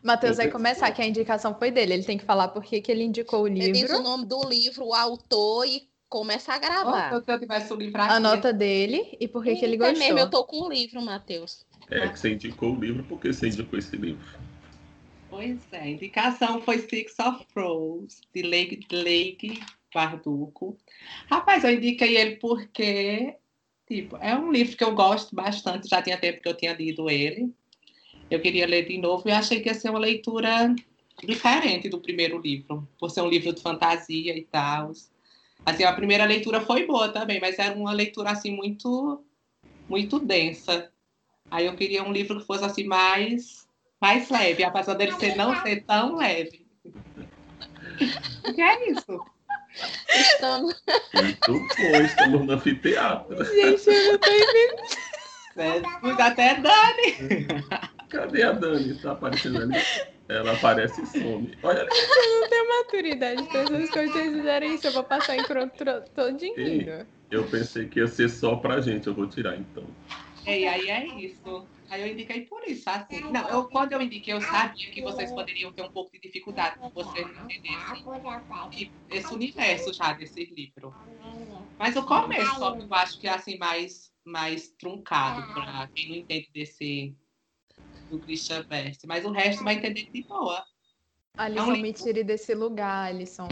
Matheus vai começar, que a indicação foi dele. Ele tem que falar por que ele indicou o livro. Ele diz o nome do livro, o autor e começa a gravar. Se eu tivesse o livro aqui... A nota dele e por que ele gostou. Mesmo, eu tô com o livro, Matheus. É que você indicou o livro, por que você indicou esse livro? Pois é, a indicação foi Six of Crows, de Lake Bardugo. Rapaz, eu indiquei ele porque, tipo, é um livro que eu gosto bastante, já tinha tempo que eu tinha lido ele. Eu queria ler de novo e achei que ia ser uma leitura diferente do primeiro livro, por ser um livro de fantasia e tal. Assim, a primeira leitura foi boa também, mas era uma leitura, assim, muito, muito densa. Aí eu queria um livro que fosse, assim, mais leve, apesar dele não ser tão leve. O que é isso? Estamos no anfiteatro. Gente, eu não tô entendendo. Cuida até Dani. Cadê a Dani? Tá aparecendo ali? Ela aparece e some. Olha ali. Eu não tenho maturidade para essas coisas. Se vocês fizerem isso, eu vou passar em todinho. Eu pensei que ia ser só pra gente. Eu vou tirar, então. E aí é isso. Aí eu indiquei por isso, assim. Não, quando eu indiquei, eu sabia que vocês poderiam ter um pouco de dificuldade com vocês entenderem esse universo já desse livro. Mas o começo, só que eu acho que é assim, mais truncado para quem não entende do Christian Verse. Mas o resto vai entender de boa. Alisson, me tire desse lugar, Alisson.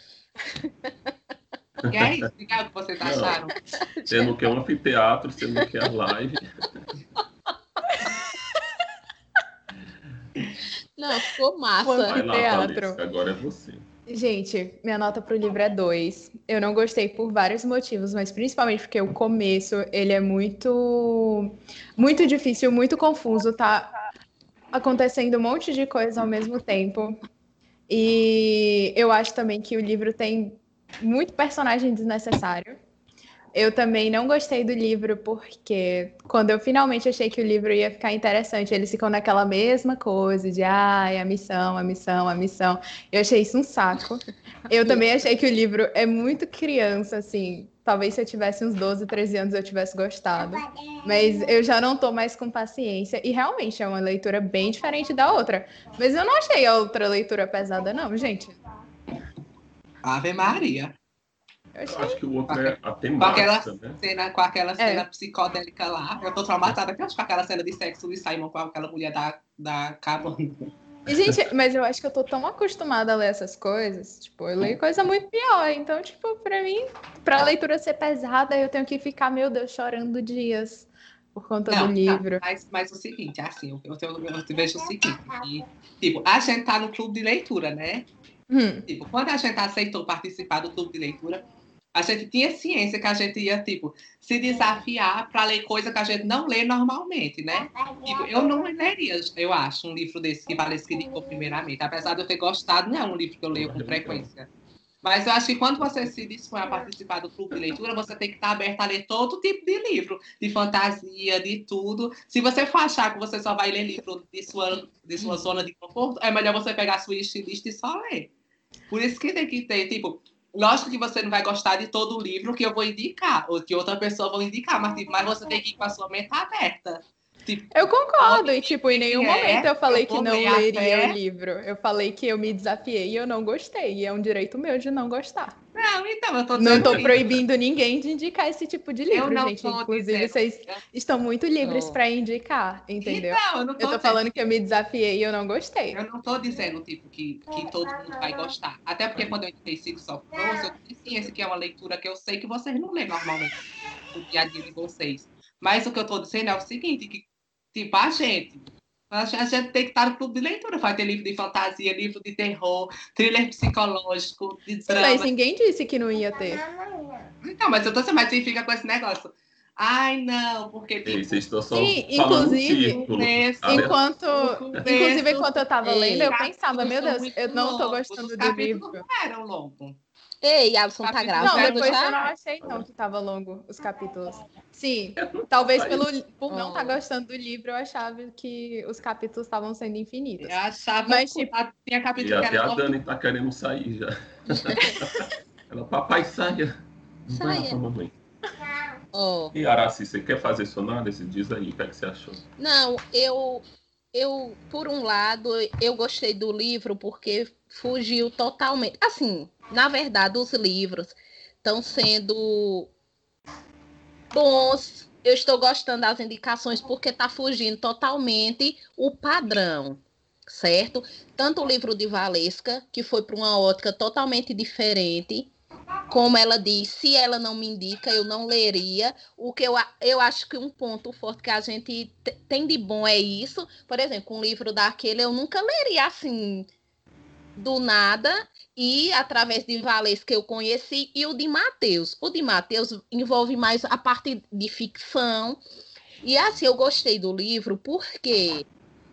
E é isso, o que vocês acharam? Você não quer um anfiteatro, você não quer live. Não, ficou massa. Vai lá, Thalissa, agora é você. Gente, minha nota pro livro é 2. Eu não gostei por vários motivos, mas principalmente porque o começo, ele é muito difícil, muito confuso, tá acontecendo um monte de coisa ao mesmo tempo. E eu acho também que o livro tem muito personagem desnecessário. Eu também não gostei do livro porque quando eu finalmente achei que o livro ia ficar interessante, eles ficam naquela mesma coisa de a missão. Eu achei isso um saco. Eu também achei que o livro é muito criança, assim. Talvez se eu tivesse uns 12, 13 anos eu tivesse gostado. Mas eu já não tô mais com paciência. E realmente é uma leitura bem diferente da outra. Mas eu não achei a outra leitura pesada, não, gente. Ave Maria. Eu acho que o outro é a temática, com aquela cena psicodélica lá. Eu tô traumatizada com aquela cena de sexo de Simon com aquela mulher da cabana. Gente, mas eu acho que eu tô tão acostumada a ler essas coisas. Tipo, eu leio coisa muito pior. Então, tipo, pra mim, pra leitura ser pesada, eu tenho que ficar, meu Deus, chorando dias por conta do livro. Mas o seguinte, assim, eu vejo o seguinte, que, tipo, a gente tá no clube de leitura, né? Tipo, quando a gente aceitou participar do clube de leitura, a gente tinha ciência que a gente ia, tipo, se desafiar para ler coisa que a gente não lê normalmente, né? Tipo, eu não leria, eu acho, um livro desse que Valesca que indicou primeiramente. Apesar de eu ter gostado, não é um livro que eu leio com frequência. Mas eu acho que quando você se dispõe a participar do clube de leitura, você tem que estar aberto a ler todo tipo de livro, de fantasia, de tudo. Se você for achar que você só vai ler livro de sua zona de conforto, é melhor você pegar a sua estilista e só ler. Por isso que tem que ter, tipo, lógico que você não vai gostar de todo o livro que eu vou indicar, ou que outra pessoa vai indicar, mas você tem que ir com a sua mente aberta. Tipo, eu concordo, e tipo, em nenhum momento eu falei que não leria o livro. Eu falei que eu me desafiei e eu não gostei. E é um direito meu de não gostar. Não, então, eu tô dizendo não tô proibindo ninguém de indicar esse tipo de livro, gente. Inclusive, vocês estão muito livres para indicar, entendeu? Então, eu não tô falando que eu me desafiei e eu não gostei. Eu não tô dizendo, tipo, que todo mundo vai gostar. Até porque quando eu indiquei Six of Crows, eu tenho ciência que é uma leitura que eu sei que vocês não lêem normalmente no dia a dia de vocês. Mas o que eu tô dizendo é o seguinte, que tipo, a gente tem que estar no clube de leitura. Vai ter livro de fantasia, livro de terror, thriller psicológico, de drama. Mas ninguém disse que não ia ter. Então, mas eu tô dizendo, mas você fica com esse negócio. Ai, não, porque... Tipo, vocês estão só inclusive, enquanto eu tava lendo, eu pensava, meu Deus, eu não tô gostando do livro. Não eram longos. Ei, Alisson tá gravando já? Não, depois já? eu não achei não que tava longo os capítulos. Sim, talvez por não estar gostando do livro, eu achava que os capítulos estavam sendo infinitos. Eu achava mas, que tinha capítulo e até a Dani tá querendo sair já. Ela, papai, saia. Saia. Mamãe. E Araci, você quer fazer sua análise? Diz aí, o que é que você achou? Não, eu por um lado, eu gostei do livro porque fugiu totalmente. Assim, na verdade, os livros estão sendo bons. Eu estou gostando das indicações porque está fugindo totalmente o padrão, certo? Tanto o livro de Valesca, que foi para uma ótica totalmente diferente, como ela diz, se ela não me indica, eu não leria. O que eu acho que um ponto forte que a gente tem de bom é isso. Por exemplo, um livro daquele eu nunca leria assim do nada, e através de Valesca que eu conheci, e o de Mateus. O de Mateus envolve mais a parte de ficção. E assim, eu gostei do livro porque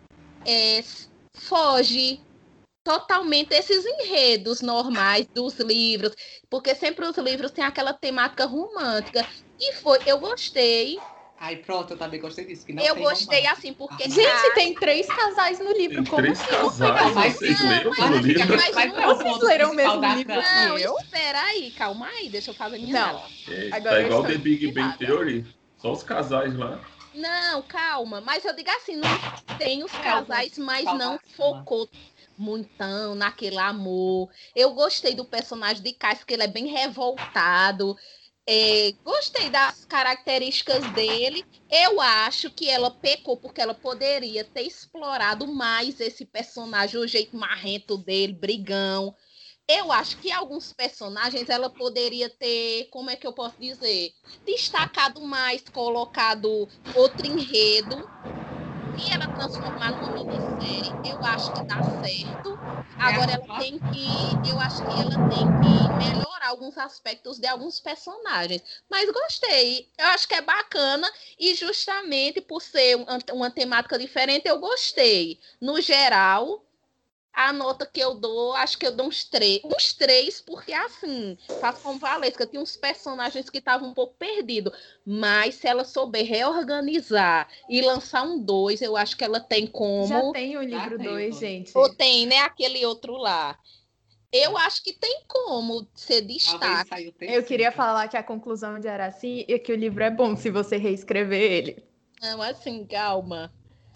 foge totalmente esses enredos normais dos livros, porque sempre os livros têm aquela temática romântica. E eu gostei. Ai, pronto, eu também gostei disso. Que não eu tem gostei romance. assim, porque. Gente, tem 3 casais no livro. Tem Como 3 assim? Não foi casais, casais? vocês Não, leram mas- o livro? Vocês leram o mesmo livro Não, que eu? espera aí, calma aí, deixa eu fazer minha Não. análise. Agora Tá eu igual estou The Big Bang indignada. Theory, só os casais lá. Não, calma, mas eu digo assim, não tem os É, casais, mas não focou muitão naquele amor. Eu gostei do personagem de Cass, que ele é bem revoltado. Gostei das características dele. Eu acho que ela pecou porque ela poderia ter explorado mais esse personagem, o jeito marrento dele, brigão. Eu acho que alguns personagens ela poderia ter, como é que eu posso dizer, destacado mais, colocado outro enredo. Se ela transformar numa minissérie, eu acho que dá certo. Agora eu acho que ela tem que melhorar alguns aspectos de alguns personagens. Mas gostei. Eu acho que é bacana e justamente por ser uma temática diferente, eu gostei. No geral, a nota que eu dou, acho que eu dou uns 3. Uns 3, porque assim, faço como Valesca, tinha uns personagens que estavam um pouco perdidos. Mas se ela souber reorganizar e lançar um 2, eu acho que ela tem como. Já tem o livro 2, gente. Ou tem, né? Aquele outro lá. Eu acho que tem como ser destaque. Eu queria falar que a conclusão de Araci é que o livro é bom se você reescrever ele. Não, assim, calma.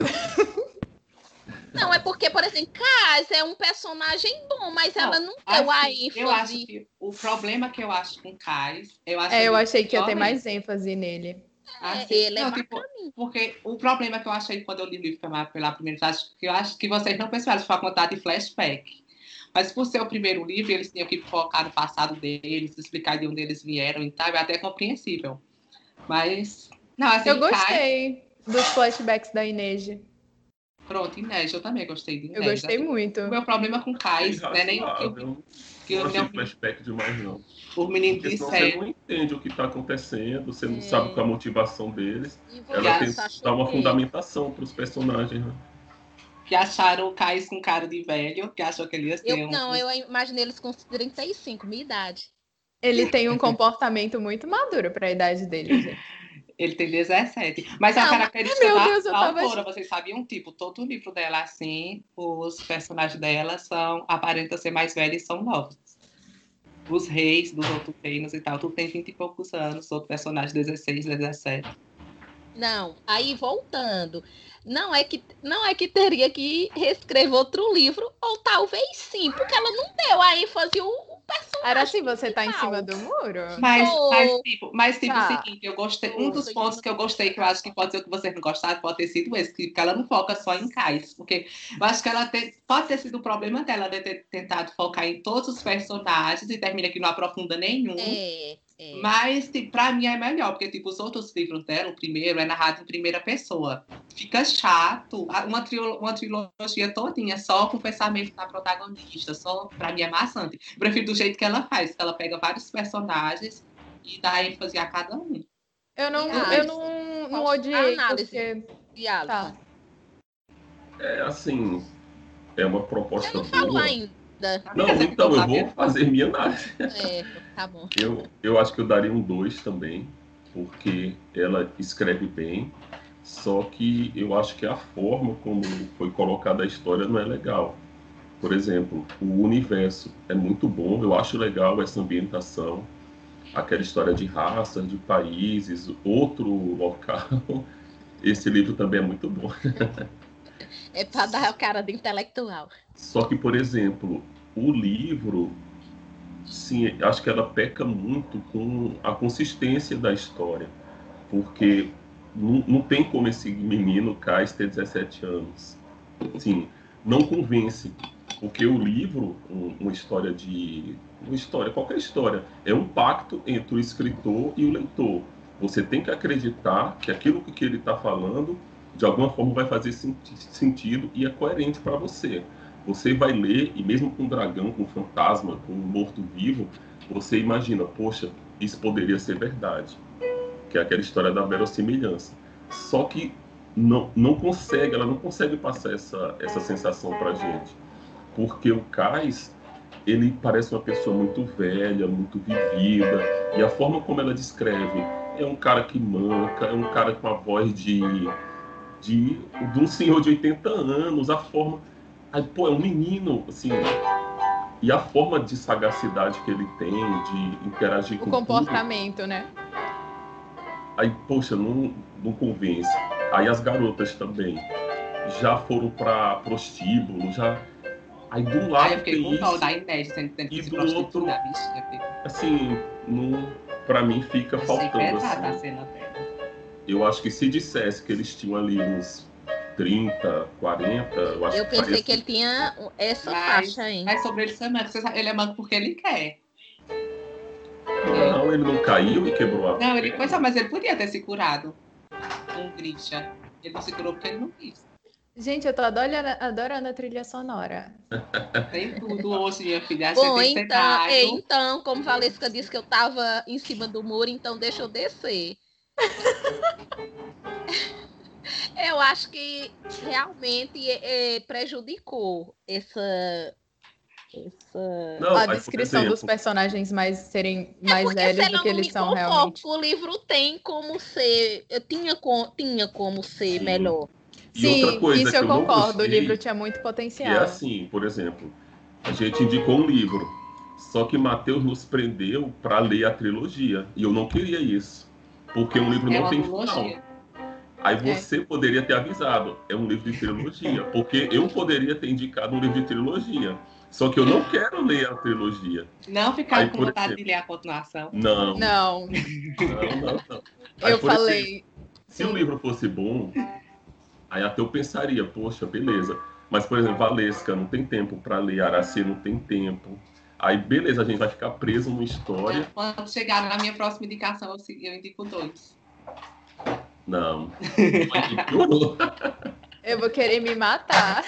Não, é porque, por exemplo, Kaz é um personagem bom, mas ela não deu a ênfase. Eu acho que o problema que eu acho com Kaz... eu achei que ia ter mais ênfase nele. Ele é porque o problema que eu achei quando eu li o livro pela primeira vez, que eu acho que vocês não perceberam, foi a quantidade de flashback. Mas por ser o primeiro livro, eles tinham que focar no passado deles, explicar de onde eles vieram e tal, é até compreensível. Mas, não, assim, eu gostei dos flashbacks da Inês. Pronto, Inês, eu também gostei de Inês. Eu gostei muito. O meu problema com Kais, não é nem que eu achei flashback demais, não. Os meninos você não entende o que está acontecendo, você não sabe qual a motivação deles. Ela tem que dar uma fundamentação para os personagens, né? Que acharam o Kais com cara de velho, que achou que ele ia ser Não, eu imaginei eles com 35, minha idade. Ele tem um comportamento muito maduro para a idade dele, gente. Ele tem 17. Mas a característica da autora, vocês sabiam? Tipo, todo o livro dela, assim, os personagens dela aparentam ser mais velhos e são novos. Os reis dos outros reinos e tal, tudo tem 20 e poucos anos, outro personagem 16, 17. Não, aí voltando. Não é que teria que reescrever outro livro, ou talvez sim, porque ela não deu a ênfase o personagem. Era assim, você tá em cima do muro? Mas tipo, o seguinte, eu gostei. Um dos pontos que eu gostei, que eu acho que pode ser o que vocês não gostaram, pode ter sido esse, que ela não foca só em Kais. Porque eu acho que pode ter sido o problema dela de ter tentado focar em todos os personagens e termina que não aprofunda nenhum. Mas, tipo, pra mim é melhor, porque tipo, os outros livros dela, o primeiro é narrado em primeira pessoa. Fica chato. Uma trilogia todinha só com o pensamento da protagonista. Pra mim é maçante. Eu prefiro do jeito que ela faz, que ela pega vários personagens e dá ênfase a cada um. Eu não odiei. Análise de tá. Assim, é uma proposta boa. Você não falou ainda. Não, então eu vou fazer minha análise. Tá bom. Eu acho que eu daria um 2 também, porque ela escreve bem, só que eu acho que a forma como foi colocada a história não é legal. Por exemplo, o universo é muito bom, eu acho legal essa ambientação, aquela história de raças, de países, outro local. Esse livro também é muito bom. É para dar a cara de intelectual. Só que, por exemplo, o livro, sim, acho que ela peca muito com a consistência da história. Porque não tem como esse menino, Kais, ter 17 anos. Sim, não convence. Porque o livro, uma história, qualquer história, é um pacto entre o escritor e o leitor. Você tem que acreditar que aquilo que ele está falando, de alguma forma, vai fazer sentido e é coerente para você. Você vai ler, e mesmo com um dragão, com um fantasma, com um morto-vivo, você imagina, poxa, isso poderia ser verdade. Que é aquela história da verossimilhança. Só que ela não consegue passar essa sensação pra gente. Porque o Kais, ele parece uma pessoa muito velha, muito vivida, e a forma como ela descreve é um cara que manca, é um cara com a voz de um senhor de 80 anos, a forma... Aí, pô, é um menino, assim... E a forma de sagacidade que ele tem, de interagir com o comportamento, tudo, né? Aí, poxa, não convence. Aí as garotas também já foram para prostíbulo, já... Aí do lado eu fiquei com dó da Inés, tendo e que do outro, assim, para mim fica faltando. Assim. A cena dela. Eu acho que se dissesse que eles tinham ali uns 30, 40, eu acho eu que pensei que ele tinha essa faixa aí. Mas sobre ele ser manco, ele é manco porque ele quer. Não, ele não caiu e quebrou a... Não, mas ele podia ter se curado com o Grisha. Ele não se curou porque ele não quis. Gente, eu tô adorando a trilha sonora. Tem tudo hoje, minha filha. Bom, então, como Valesca disse que eu tava em cima do muro, então deixa eu descer. Eu acho que realmente prejudicou a descrição dos personagens serem mais velhos do que eles são realmente. O livro tem como ser, tinha como ser Sim. melhor. E sim, outra coisa isso eu concordo. Gostei, o livro tinha muito potencial. E é assim, por exemplo, a gente indicou um livro, só que Matheus nos prendeu para ler a trilogia. E eu não queria isso, porque um livro não tem final. Aí você poderia ter avisado, é um livro de trilogia, porque eu poderia ter indicado um livro de trilogia. Só que eu não quero ler a trilogia. Não ficar com vontade de ler a continuação. Não. Eu falei. Exemplo, se o livro fosse bom, aí até eu pensaria, poxa, beleza. Mas, por exemplo, Valesca não tem tempo para ler, Araci não tem tempo. Aí, beleza, a gente vai ficar preso numa história. Quando chegar na minha próxima indicação, eu indico 2. Não. Eu vou querer me matar.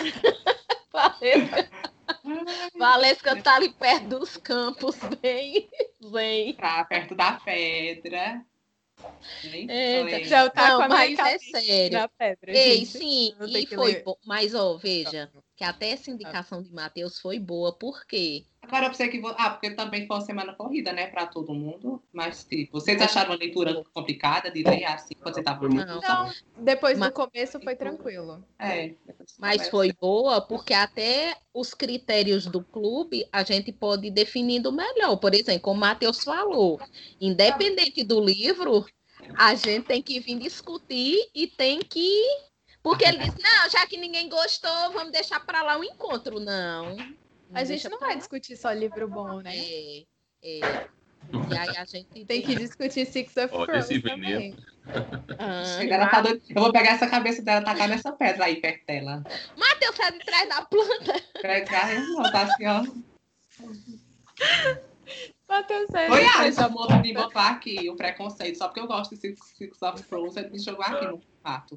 Valesca tá ali perto dos campos, vem. Tá perto da pedra. Já tá com a mas é sério. Na pedra, Ei, gente. sim, e foi bom. Mas, veja, que até essa indicação de Matheus foi boa, por quê? Agora, eu sei que porque também foi uma semana corrida, né, para todo mundo. Mas, tipo, vocês acharam uma leitura complicada de ler assim, quando você tava Não, depois do começo foi tranquilo. Mas foi boa, porque até os critérios do clube a gente pode ir definindo melhor. Por exemplo, como o Matheus falou, independente do livro, a gente tem que vir discutir e tem que... Porque ele disse, não, já que ninguém gostou, vamos deixar para lá o encontro. Não. A gente não vai discutir só livro bom, né? E aí a gente tem que discutir Six of Crows também. Eu vou pegar essa cabeça dela e tacar nessa pedra aí perto dela. Matheus, sai de trás da planta. Não, tá assim, ó. Matheus, foi Alisson modo de botar aqui o preconceito, só porque eu gosto de Six of Crows, ele me jogou aqui no quarto.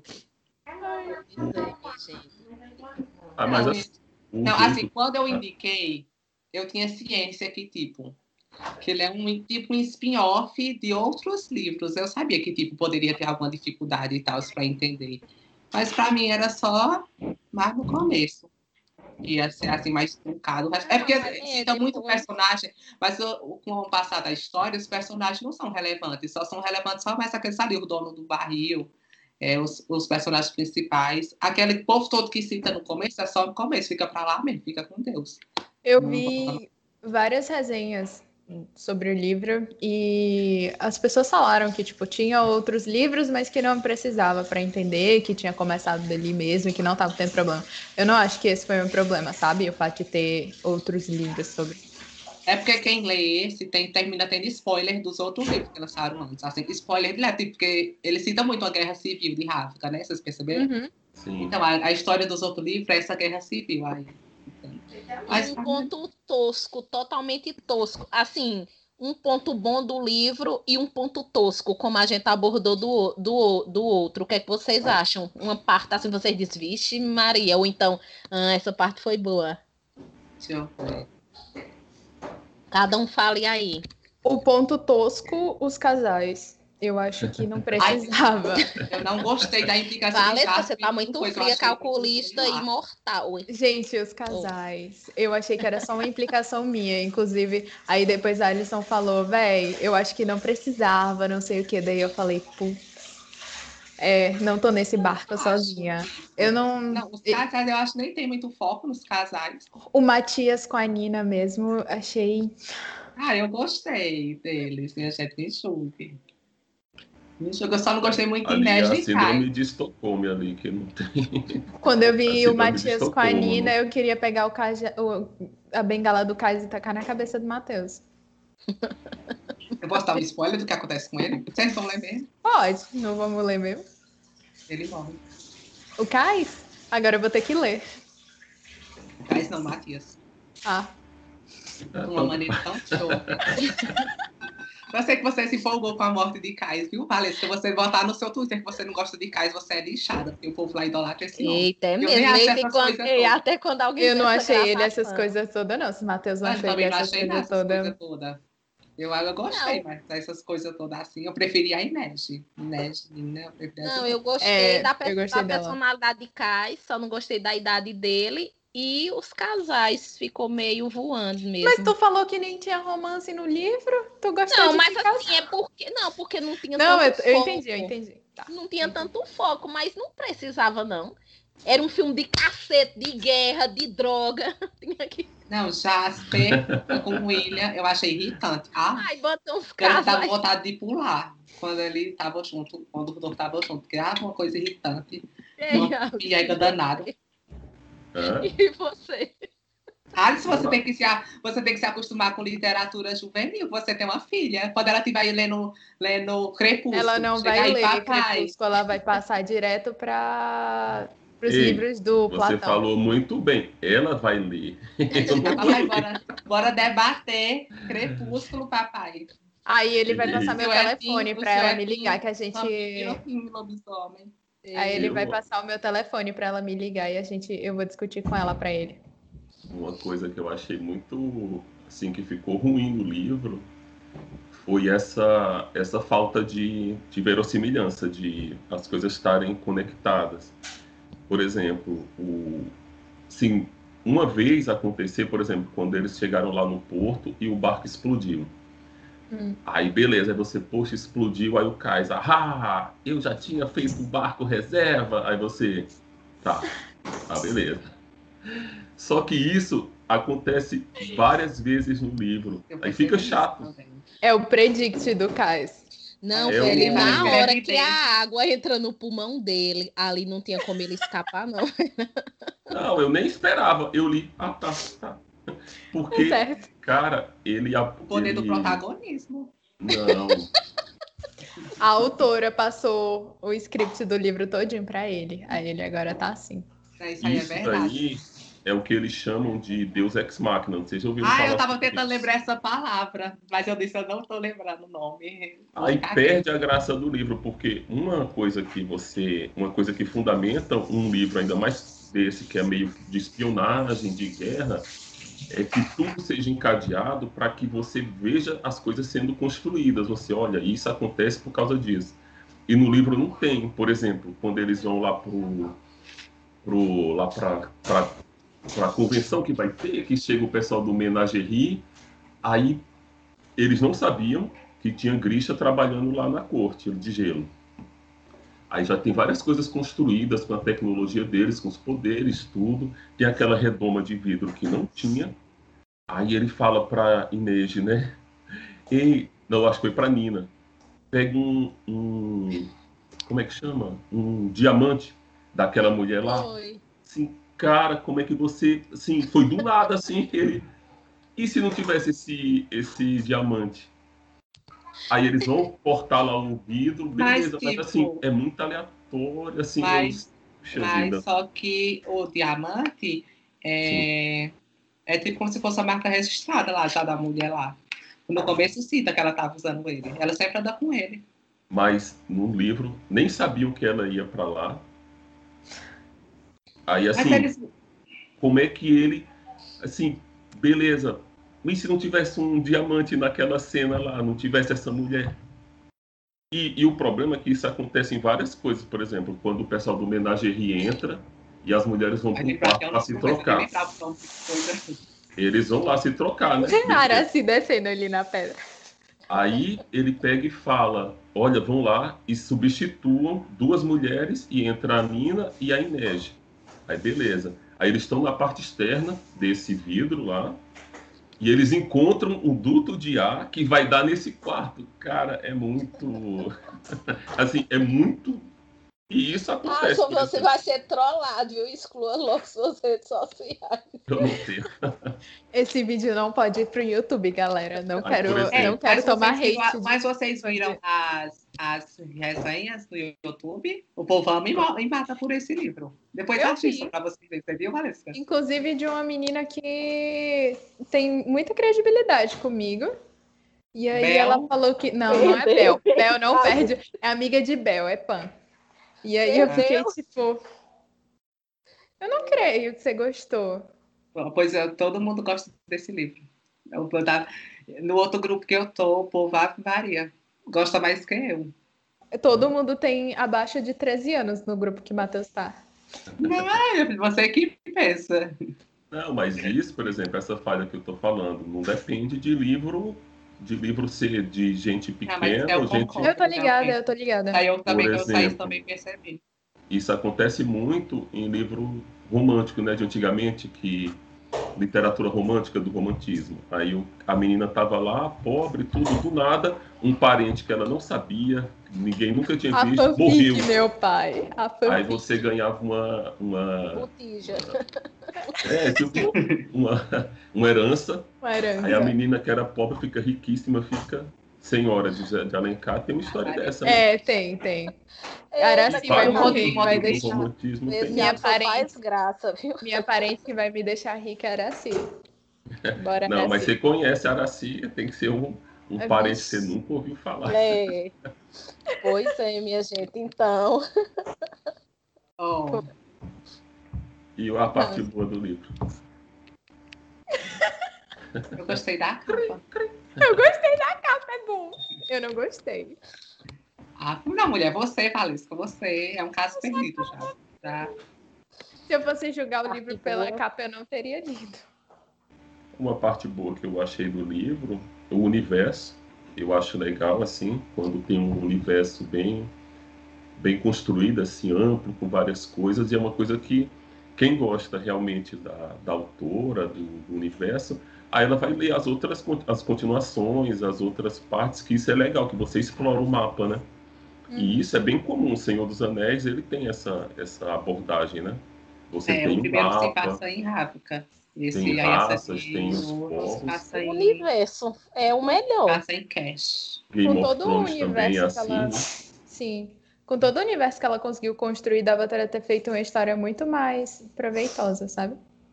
Mas assim... Não, assim, quando eu indiquei, eu tinha ciência que, tipo, que ele é um spin-off de outros livros. Eu sabia que, tipo, poderia ter alguma dificuldade e tal, para entender. Mas, para mim, era só mais no começo. Ia ser, assim, mais truncado. É porque cita muito personagem, mas com o passar da história, os personagens não são relevantes. Só são relevantes só mais aqueles ali, o dono do barril, os personagens principais. Aquele povo todo que cita no começo, é só no começo, fica pra lá mesmo, fica com Deus. Eu vi várias resenhas sobre o livro e as pessoas falaram que, tipo, tinha outros livros, mas que não precisava para entender, que tinha começado dali mesmo e que não estava tendo problema. Eu não acho que esse foi um problema, sabe? O fato de ter outros livros sobre. É porque quem lê esse termina tendo spoiler dos outros livros que lançaram antes. Assim, spoiler direto, porque ele cita muito a Guerra Civil de África, né? Vocês perceberam? Uhum. Sim. Então, a história dos outros livros é essa Guerra Civil aí. Um ponto tosco, totalmente tosco. Assim, um ponto bom do livro e um ponto tosco, como a gente abordou do outro. O que é que vocês acham? Uma parte assim, vocês dizem, vixe Maria, ou então, essa parte foi boa. Deixa eu ver. Cada um fale aí. O ponto tosco, os casais. Eu acho que não precisava. Eu não gostei da implicação. Valesca, você tá muito fria, calculista e mortal. Gente, os casais. Eu achei que era só uma implicação minha. Inclusive, aí depois a Alison falou, véi, eu acho que não precisava, não sei o que. Daí eu falei, putz, não tô nesse barco sozinha. Eu não... Não, os casais eu acho que nem tem muito foco nos casais. O Matias com a Nina mesmo, achei... Eu gostei deles, né? Gente, me julgue. Eu só não gostei muito de Inês A e síndrome Caio. de Estocolmo ali, que não tem. Quando eu vi o Matias com a Estocolmo, Nina, eu queria pegar a bengala do Caio e tacar na cabeça do Matheus. Eu posso dar um spoiler do que acontece com ele? Vocês vão ler mesmo? Pode, não vamos ler mesmo. Ele morre. O Caio? Agora eu vou ter que ler. O Caio não, Matias. Ah. De uma maneira tão show. Eu sei que você se empolgou com a morte de Caio, viu, Valesca? Se você botar no seu Twitter que você não gosta de Caio, você é lixada, porque o povo lá idolatra esse nome. Eita, é mesmo. Até quando alguém... Eu não achei ele essas coisas todas, não. Se o Matheus não achou ele essas coisas todas... Eu gostei, mas essas coisas todas assim, eu preferi a Inês. Eu gostei da personalidade de Caio, só não gostei da idade dele. E os casais ficou meio voando mesmo. Mas tu falou que nem tinha romance no livro? Tu gostou não, de mas assim, porque não tinha tanto foco. Eu entendi. Tá. Não tinha tanto foco, mas não precisava, não. Era um filme de cacete, de guerra, de droga. Tinha que... Não, Jasper com o William, eu achei irritante. Ai, botou uns casais. Eu tava com vontade de pular quando ele tava junto, quando o doutor tava junto, porque uma coisa irritante. Uma piega danada. E você? Alice, você tem que se acostumar com literatura juvenil. Você tem uma filha. Quando ela estiver lendo Crepúsculo, ela não vai ler Crepúsculo, ela vai passar direto para os livros do Platão. Você falou muito bem. Ela vai ler. Bora debater Crepúsculo, papai. Aí ele vai passar meu telefone para ela me ligar, que a gente... Aí ele vai passar o meu telefone para ela me ligar e eu vou discutir com ela para ele. Uma coisa que eu achei muito, assim, que ficou ruim no livro foi essa falta de verossimilhança, de as coisas estarem conectadas. Por exemplo, uma vez aconteceu, por exemplo, quando eles chegaram lá no porto e o barco explodiu. Aí beleza, aí você, poxa, explodiu, aí o Kais, eu já tinha feito o barco reserva, aí você, beleza. Só que isso acontece várias vezes no livro, aí fica chato. É o predict do Kais. Não, velho, na hora que a água entra no pulmão dele, ali não tinha como ele escapar, não. Não, eu nem esperava, eu li, tá. Porque, cara, o poder do protagonismo. Não. A autora passou o script do livro todinho pra ele. Aí ele agora tá assim. Isso aí é verdade. Aí é o que eles chamam de Deus Ex Machina. Não sei se ouviram falar. Eu tava tentando lembrar essa palavra, mas eu disse, eu não tô lembrando o nome. Aí perde a graça do livro, porque uma coisa que fundamenta um livro, ainda mais desse, que é meio de espionagem, de guerra, é que tudo seja encadeado para que você veja as coisas sendo construídas. Você olha, isso acontece por causa disso. E no livro não tem. Por exemplo, quando eles vão lá para a convenção que vai ter, que chega o pessoal do Menagerie, aí eles não sabiam que tinha Grisha trabalhando lá na corte de gelo. Aí já tem várias coisas construídas com a tecnologia deles, com os poderes, tudo. Tem aquela redoma de vidro que não tinha. Aí ele fala para Inês, né? E, não, acho que foi pra Nina. Pega como é que chama? Um diamante daquela mulher lá. Foi. Assim, cara, como é que você. Assim, foi do nada, assim, ele. E se não tivesse esse diamante? Aí eles vão cortar lá o vidro, Mas, beleza, mas assim, tipo, é muito aleatório, assim, mas, puxa mas vida. só que o diamante Sim. é tipo como se fosse a marca registrada lá, já da mulher lá. No começo cita que ela estava usando ele. Ela sempre anda com ele. Mas no livro nem sabiam que ela ia para lá. Aí Mas assim, eles. como é que ele, assim, beleza. E se não tivesse um diamante naquela cena lá, não tivesse essa mulher? E o problema é que isso acontece em várias coisas. Por exemplo, quando o pessoal do Menagerie entra e as mulheres vão Aí para um lembrar que quarto eu para não se começo, eu nem trocar. lembrava o nome de coisa. Eles vão lá se trocar, né? Beleza. Araci descendo ali na pedra. Aí ele pega e fala: olha, vão lá e substituam duas mulheres e entra a Nina e a Inês. Aí beleza. Aí eles estão na parte externa desse vidro lá e eles encontram um duto de ar que vai dar nesse quarto. Cara, é muito. Assim, é muito. E isso acontece, Acho que por você exemplo. vai ser trollado, viu? Exclua logo suas redes sociais. Eu não tenho. Esse vídeo não pode ir pro YouTube, galera. Não Aí, por quero, não exemplo. quero tomar hate Mas vocês viram as resenhas do YouTube? O povão me mata por esse livro. Depois Eu assista vi. para vocês verem. Você viu, Valesca? Inclusive de uma menina que tem muita credibilidade comigo. E aí ela Bel. falou que. Não, não é Bel. Bel não perde. É amiga de Bel, é Pan. E aí eu fiquei tipo. Eu não creio que você gostou. Pois é, todo mundo gosta desse livro. No outro grupo que eu tô, o povo varia. Gosta mais que eu. Todo mundo tem abaixo de 13 anos no grupo que Matheus tá. Não é você que pensa. Não, mas isso, por exemplo, essa falha que eu estou falando, não depende de livro ser de gente Ah, mas pequena eu ou gente, Eu concordo, tô ligada, realmente. eu tô ligada. Aí eu por também, eu saí exemplo, também percebi. isso acontece muito em livro romântico, né, de antigamente, que literatura romântica do romantismo. Aí a menina tava lá, pobre, tudo, do nada, um parente que ela não sabia, ninguém nunca tinha A visto, morreu. fanfic, meu pai. A Aí fanfic. você ganhava Botija. tipo, uma, uma herança. Uma Aí a herança. menina que era pobre fica riquíssima, fica senhora de Alencar. Tem uma história dessa, né? É, tem. Eita, Araci vai Vários morrer, livros vai do deixar. romantismo esse tem Minha diabo isso. só faz parente, graça, viu? minha parente que vai me deixar rica era assim. Bora, Não, mas Araci. você conhece a Araci, tem que ser um parente que você Vixe. nunca ouviu falar. É. Pois é, minha gente. Então, Oh, E a parte boa do livro. eu gostei da capa. Eu gostei da capa, é bom. Eu não gostei. Ah, não, mulher, você, Valesca, você é um caso perdido já. Se eu fosse julgar o Parte livro pela boa. capa, eu não teria lido. Uma parte boa que eu achei do livro, o universo. Eu acho legal, assim, quando tem um universo bem construído, assim, amplo, com várias coisas, e é uma coisa que quem gosta realmente da autora, do universo, aí ela vai ler as continuações, as outras partes, que isso é legal, que você explora o mapa, né? E isso é bem comum, o Senhor dos Anéis, ele tem essa abordagem, né? Você O tem um primeiro se mapa, passa em Ravka. tem Esse aí, raças, tem o os outro se povos. passa o universo é o melhor. passa em Cash. Game Com of todo o Thrones também é universo que assim, ela. né? Sim. Com todo o universo que ela conseguiu construir, dava para ter feito uma história muito mais proveitosa, sabe?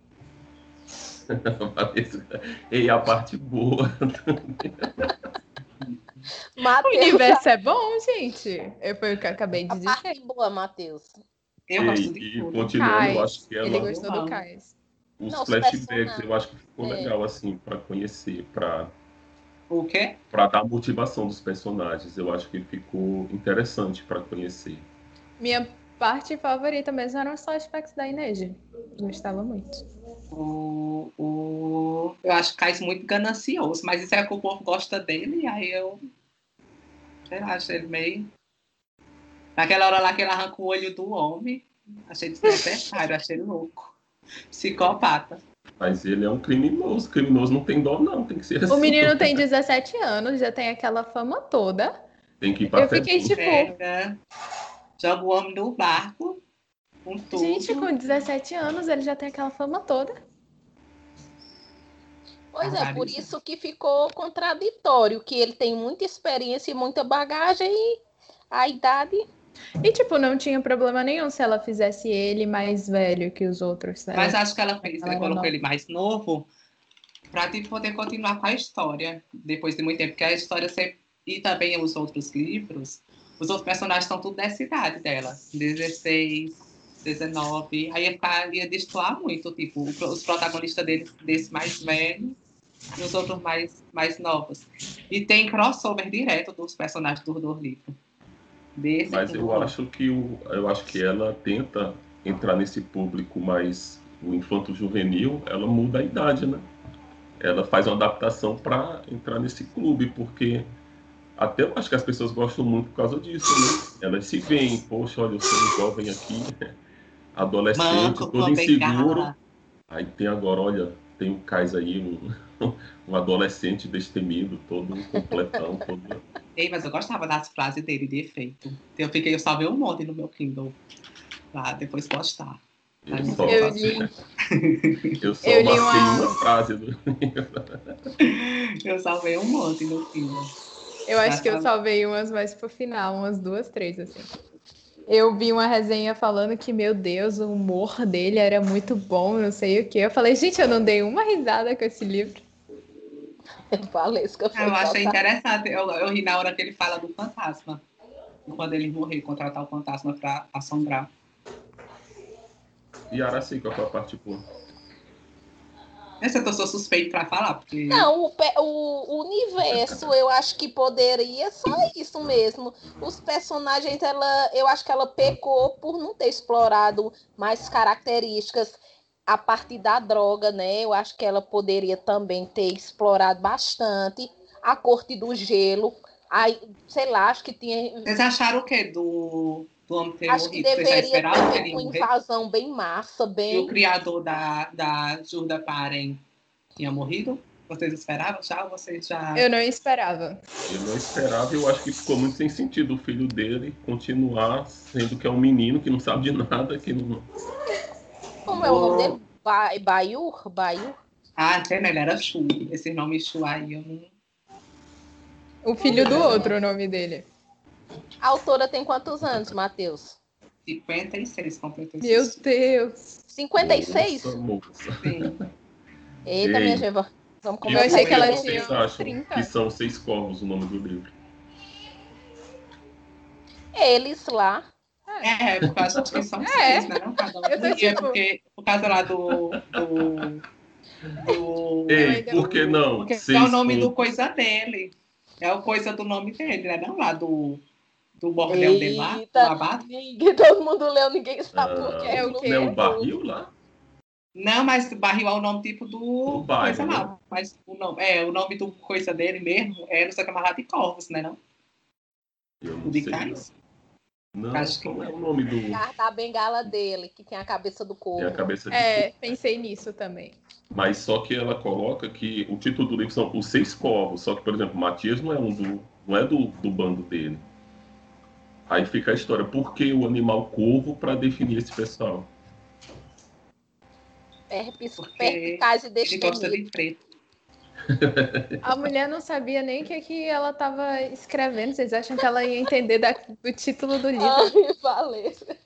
E a parte boa. O Matheus, universo é bom, gente. Foi o que eu acabei de a dizer. parte boa, Matheus. Eu gosto de E tudo. continuando, eu acho Cais. que Ele ela, gostou do Amo. Cais. os Não, os flashbacks, eu acho que ficou personagens. legal assim para conhecer, O quê? para dar motivação dos personagens. Eu acho que ficou interessante para conhecer. Minha parte favorita mesmo eram os flashbacks da Inês. Gostava muito. Eu acho o Cais muito ganancioso, mas isso é que o povo gosta dele, aí eu sei lá, acho ele meio. Naquela hora lá que ele arranca o olho do homem, achei desnecessário, achei louco. Psicopata. Mas ele é um criminoso. Criminoso não tem dó, não. Tem que ser assim. O menino tem 17 anos, já tem aquela fama toda. Tem que ir pra Eu fiquei tipo... Joga o homem no barco, com tudo. Gente, com 17 anos ele já tem aquela fama toda. Pois é, por isso que ficou contraditório, que ele tem muita experiência e muita bagagem e a idade... E, tipo, não tinha problema nenhum se ela fizesse ele mais velho que os outros. Né? Mas acho que ela fez, ela colocou ele mais novo para tipo, poder continuar com a história depois de muito tempo, porque a história sempre... E também os outros livros, os outros personagens estão tudo dessa idade dela, 16, 19, aí ia destoar muito, tipo, os protagonistas desse mais velho e os outros mais novos. E tem crossover direto dos personagens dos dois livros. Mas eu acho que ela tenta entrar nesse público mais o infanto-juvenil, ela muda a idade, né? Ela faz uma adaptação para entrar nesse clube, porque até eu acho que as pessoas gostam muito por causa disso, né? Elas se veem, poxa, olha, eu sou um jovem aqui, adolescente, todo inseguro. Aí tem agora, olha, tem o Kais aí, um adolescente destemido, todo completão, todo... Ei, mas eu gostava das frases dele de efeito. Eu salvei um monte no meu Kindle. Lá, depois postar. Eu só marquei uma frase do Eu salvei um monte no Kindle. Eu acho que eu salvei umas mais pro final, umas 2, 3, assim. Eu vi uma resenha falando que, meu Deus, o humor dele era muito bom, não sei o quê. Eu falei, gente, eu não dei uma risada com esse livro. Eu achei interessante. Eu ri na hora que ele fala do fantasma. Quando ele morrer, contratar o fantasma para assombrar. E Araci, qual foi a parte boa? Essa eu sou suspeito para falar, porque... Não, o universo, eu acho que poderia só isso mesmo. Os personagens, eu acho que ela pecou por não ter explorado mais características a partir da droga, né? Eu acho que ela poderia também ter explorado bastante a Corte do Gelo. Aí, sei lá, acho que tinha... Vocês acharam o quê do homem ter acho morrido? Que deveria ter uma invasão bem massa, bem... E o criador da Jurda Paren tinha morrido? Vocês esperavam já ou vocês já... Eu não esperava. Eu não esperava, eu acho que ficou muito sem sentido o filho dele continuar sendo que é um menino que não sabe de nada, que não... Como é o nome dele? Baiur? Ah, entendeu? Ele era Chu. Esse nome Chu aí eu não... O filho do outro, o nome dele. A autora tem quantos anos, Matheus? 56, completou. Meu Deus! 56? Moça. Sim. Eita, minha gente, vamos começar. Eu achei que ela tinha vocês acham 30. que são 6 corvos o nome do livro? Eles lá. Porque eu acho que são 6, né? Não, cada um. Porque por causa lá do... Ei, por que não? Porque é o nome do coisa dele. É o coisa do nome dele, né? Não lá do bordel dele lá, do abate. Todo mundo leu, ninguém sabe por que. É o quê? Não é o barril lá? Não, mas barril é o nome tipo do bairro, coisa lá. né? Mas o nome do coisa dele mesmo é não sei o que amarrado de corvos, né? Não? Eu não De sei. Cais? Não, Acho que qual é o nome do... Da bengala dele, que tem a cabeça do corvo. É a cabeça de... pensei nisso também. Mas só que ela coloca que o título do livro são os 6 corvos. Só que, por exemplo, Matias não é do bando dele. Aí fica a história. Por que o animal corvo para definir esse pessoal? Perspicaz e ele gosta de preto. A mulher não sabia nem o que ela estava escrevendo. Vocês acham que ela ia entender do título do livro? Ai, Valesca.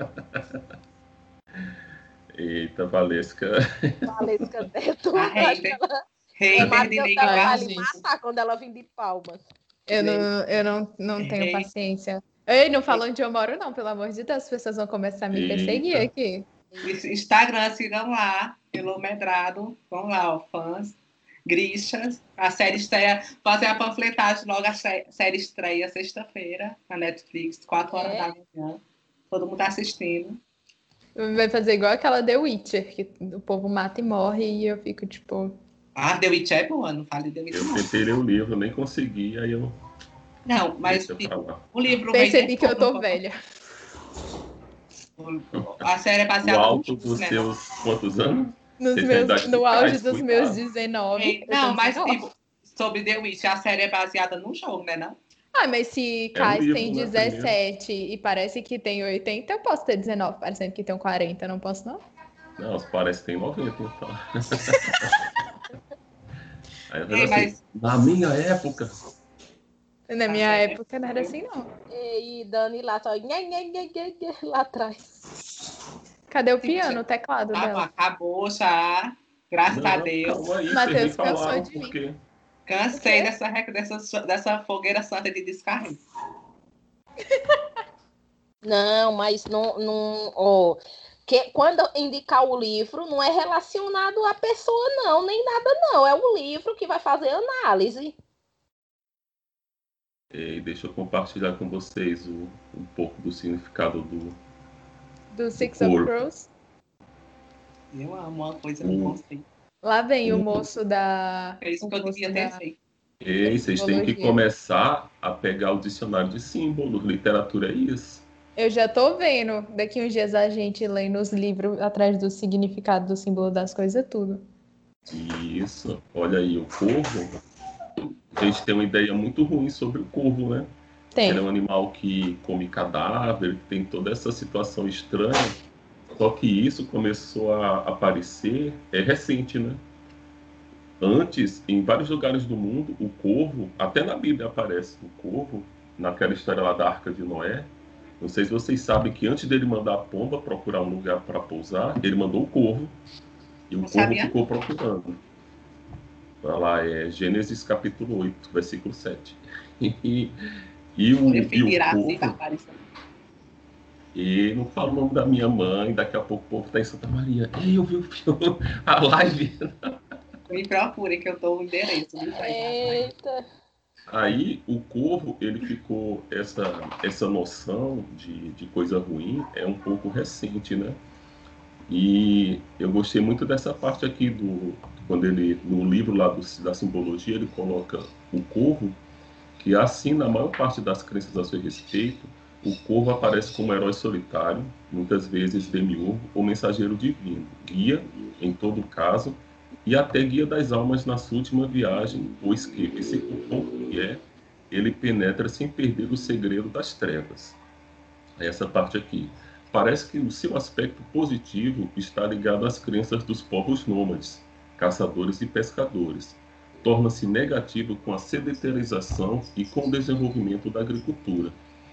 Eita, Valesca. Valesca Neto. A hater de ninguém vai lhe matar quando ela vir de Palmas. Eu não tenho paciência. Ei, não fala onde eu moro, não, pelo amor de Deus. As pessoas vão começar a me perseguir aqui. Instagram, sigam lá, Quilometrado. Vão lá, ó, fãs. Grixas. A série estreia. Fazer a panfletagem logo. A série estreia sexta-feira na Netflix, 4 horas da manhã. Todo mundo tá assistindo. Vai fazer igual aquela The Witcher, que o povo mata e morre e eu fico tipo... Ah, The Witcher é boa, não fale The Witcher. Eu tentei ler o livro, nem consegui, aí eu... Não, mas tipo, o livro... Percebi que eu tô velha. A série é baseada no alto dos seus quantos anos? No auge dos meus 19. Não, mas tipo, sobre The Witch, a série é baseada no jogo, né? Não? Ah, mas se Kais tem 17 e parece que tem 80, eu posso ter 19, parecendo que tem 40, não posso não? Não, parece que tem 90, então. Ei, mas... Na minha época... Na minha época não era assim, não. E Dani lá só lá atrás. Cadê o piano, o teclado tá dela? Bom, acabou já. Graças a Deus. Calma aí, Matheus cansou de mim. Cansei dessa fogueira santa de descarrego. Não, mas não ó, quando indicar o livro, não é relacionado à pessoa, não, nem nada, não. É o livro que vai fazer análise. E deixa eu compartilhar com vocês um pouco do significado do Six of Crows. Eu amo uma coisa que eu não sei. Lá vem o moço da... É isso que eu devia ter feito. E vocês têm que começar a pegar o dicionário de símbolos. Literatura é isso. Eu já tô vendo. Daqui uns dias a gente lendo os livros atrás do significado do símbolo das coisas, tudo. Isso. Olha aí, o corvo. A gente tem uma ideia muito ruim sobre o corvo, né? Tem. Ele é um animal que come cadáver, que tem toda essa situação estranha. Só que isso começou a aparecer, é recente, né? Antes, em vários lugares do mundo, o corvo, até na Bíblia aparece o corvo, naquela história lá da Arca de Noé. Não sei se vocês sabem que antes dele mandar a pomba procurar um lugar para pousar, ele mandou o corvo. E o corvo ficou procurando. Vai lá, é Gênesis capítulo 8, versículo 7. E o corvo... E não falo o nome da minha mãe, daqui a pouco o povo tá em Santa Maria. Ei, eu vi o filme, a live. Me procure que eu dou o endereço. Eita. Aí o corvo, ele ficou, essa noção de coisa ruim é um pouco recente, né? E eu gostei muito dessa parte aqui quando ele, no livro lá da simbologia, ele coloca o corvo, que assim, na maior parte das crenças a seu respeito, o corvo aparece como herói solitário, muitas vezes demiurgo ou mensageiro divino, guia, em todo caso, e até guia das almas na sua última viagem, pois que, psicofon que é, ele penetra sem perder o segredo das trevas. Essa parte aqui. Parece que o seu aspecto positivo está ligado às crenças dos povos nômades, caçadores e pescadores. Torna-se negativo com a sedentarização e com o desenvolvimento da agricultura.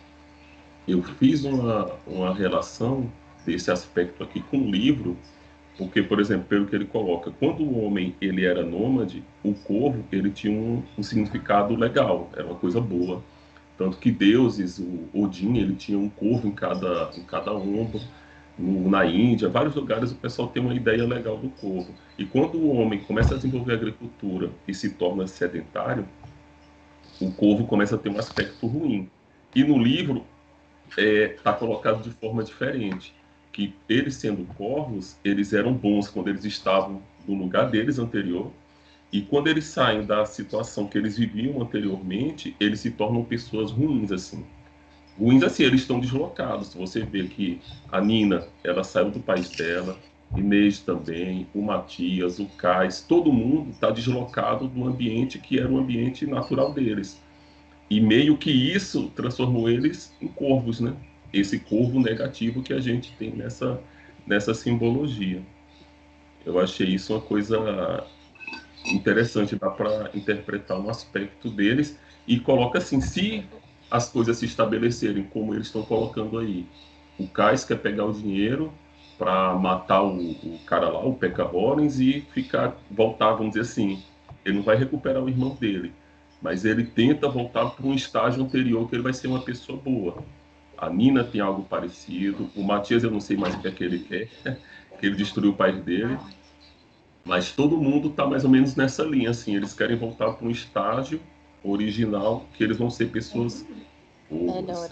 Eu fiz uma relação desse aspecto aqui com o livro, porque, por exemplo, pelo que ele coloca, quando o homem ele era nômade, o corvo ele tinha um significado legal, era uma coisa boa. Tanto que deuses, o Odin, ele tinha um corvo em cada ombro. Na Índia, vários lugares o pessoal tem uma ideia legal do corvo. E quando o homem começa a desenvolver a agricultura e se torna sedentário, o corvo começa a ter um aspecto ruim. E no livro está colocado de forma diferente, que eles sendo corvos, eles eram bons quando eles estavam no lugar deles anterior, e quando eles saem da situação que eles viviam anteriormente, eles se tornam pessoas ruins, assim. Ruins assim, eles estão deslocados. Você vê que a Nina, ela saiu do país dela, Inês também, o Matias, o Cais, todo mundo está deslocado do ambiente que era o ambiente natural deles. E meio que isso transformou eles em corvos, né? Esse corvo negativo que a gente tem nessa simbologia. Eu achei isso uma coisa interessante, dá para interpretar um aspecto deles e coloca assim, se as coisas se estabelecerem como eles estão colocando aí, o Cais quer pegar o dinheiro para matar o cara lá, o Pekka Horens, e voltar, vamos dizer assim, ele não vai recuperar o irmão dele, mas ele tenta voltar para um estágio anterior que ele vai ser uma pessoa boa. A Nina tem algo parecido, o Matias eu não sei mais o que é que ele quer, que ele destruiu o pai dele. Mas todo mundo está mais ou menos nessa linha, assim. Eles querem voltar para um estágio original, que eles vão ser pessoas boas.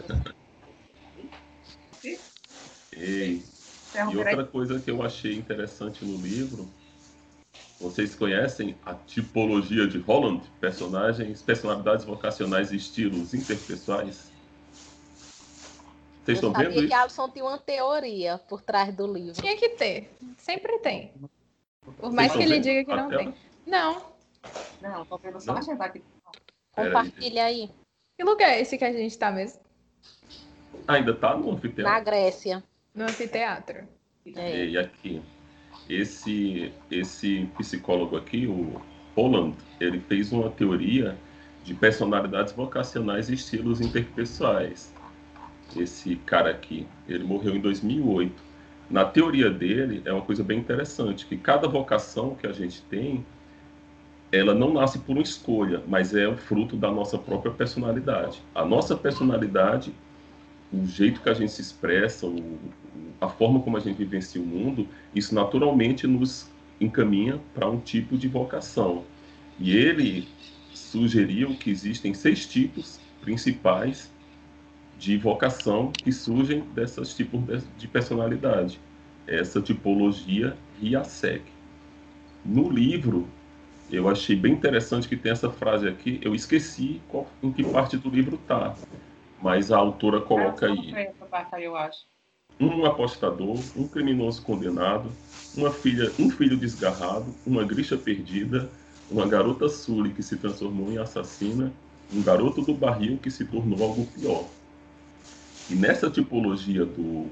E outra coisa que eu achei interessante no livro, vocês conhecem a tipologia de Holland? Personalidades vocacionais e estilos interpessoais? Vocês estão vendo isso? Que Alisson tinha uma teoria por trás do livro. Tinha que ter. Sempre tem. Por mais que ele diga que não tela? tem. Não. Não, tô vendo só a gente aqui. Compartilha aí. Que lugar é esse que a gente tá mesmo? Ainda tá no anfiteatro. Na Grécia. No anfiteatro. E aqui, esse psicólogo aqui, o Holland, ele fez uma teoria de personalidades vocacionais e estilos interpessoais. Esse cara aqui, ele morreu em 2008. Na teoria dele, é uma coisa bem interessante, que cada vocação que a gente tem, ela não nasce por uma escolha, mas é o fruto da nossa própria personalidade. A nossa personalidade, o jeito que a gente se expressa, a forma como a gente vivencia o mundo, isso naturalmente nos encaminha para um tipo de vocação. E ele sugeriu que existem 6 tipos principais de vocação que surgem desses tipos de personalidade. Essa tipologia RIASEC. No livro, eu achei bem interessante que tem essa frase aqui, eu esqueci em que parte do livro está, mas a autora coloca aí: eu acho. Um apostador, um criminoso condenado, um filho desgarrado, uma grixa perdida, uma garota Sully que se transformou em assassina, um garoto do barril que se tornou algo pior. E nessa tipologia do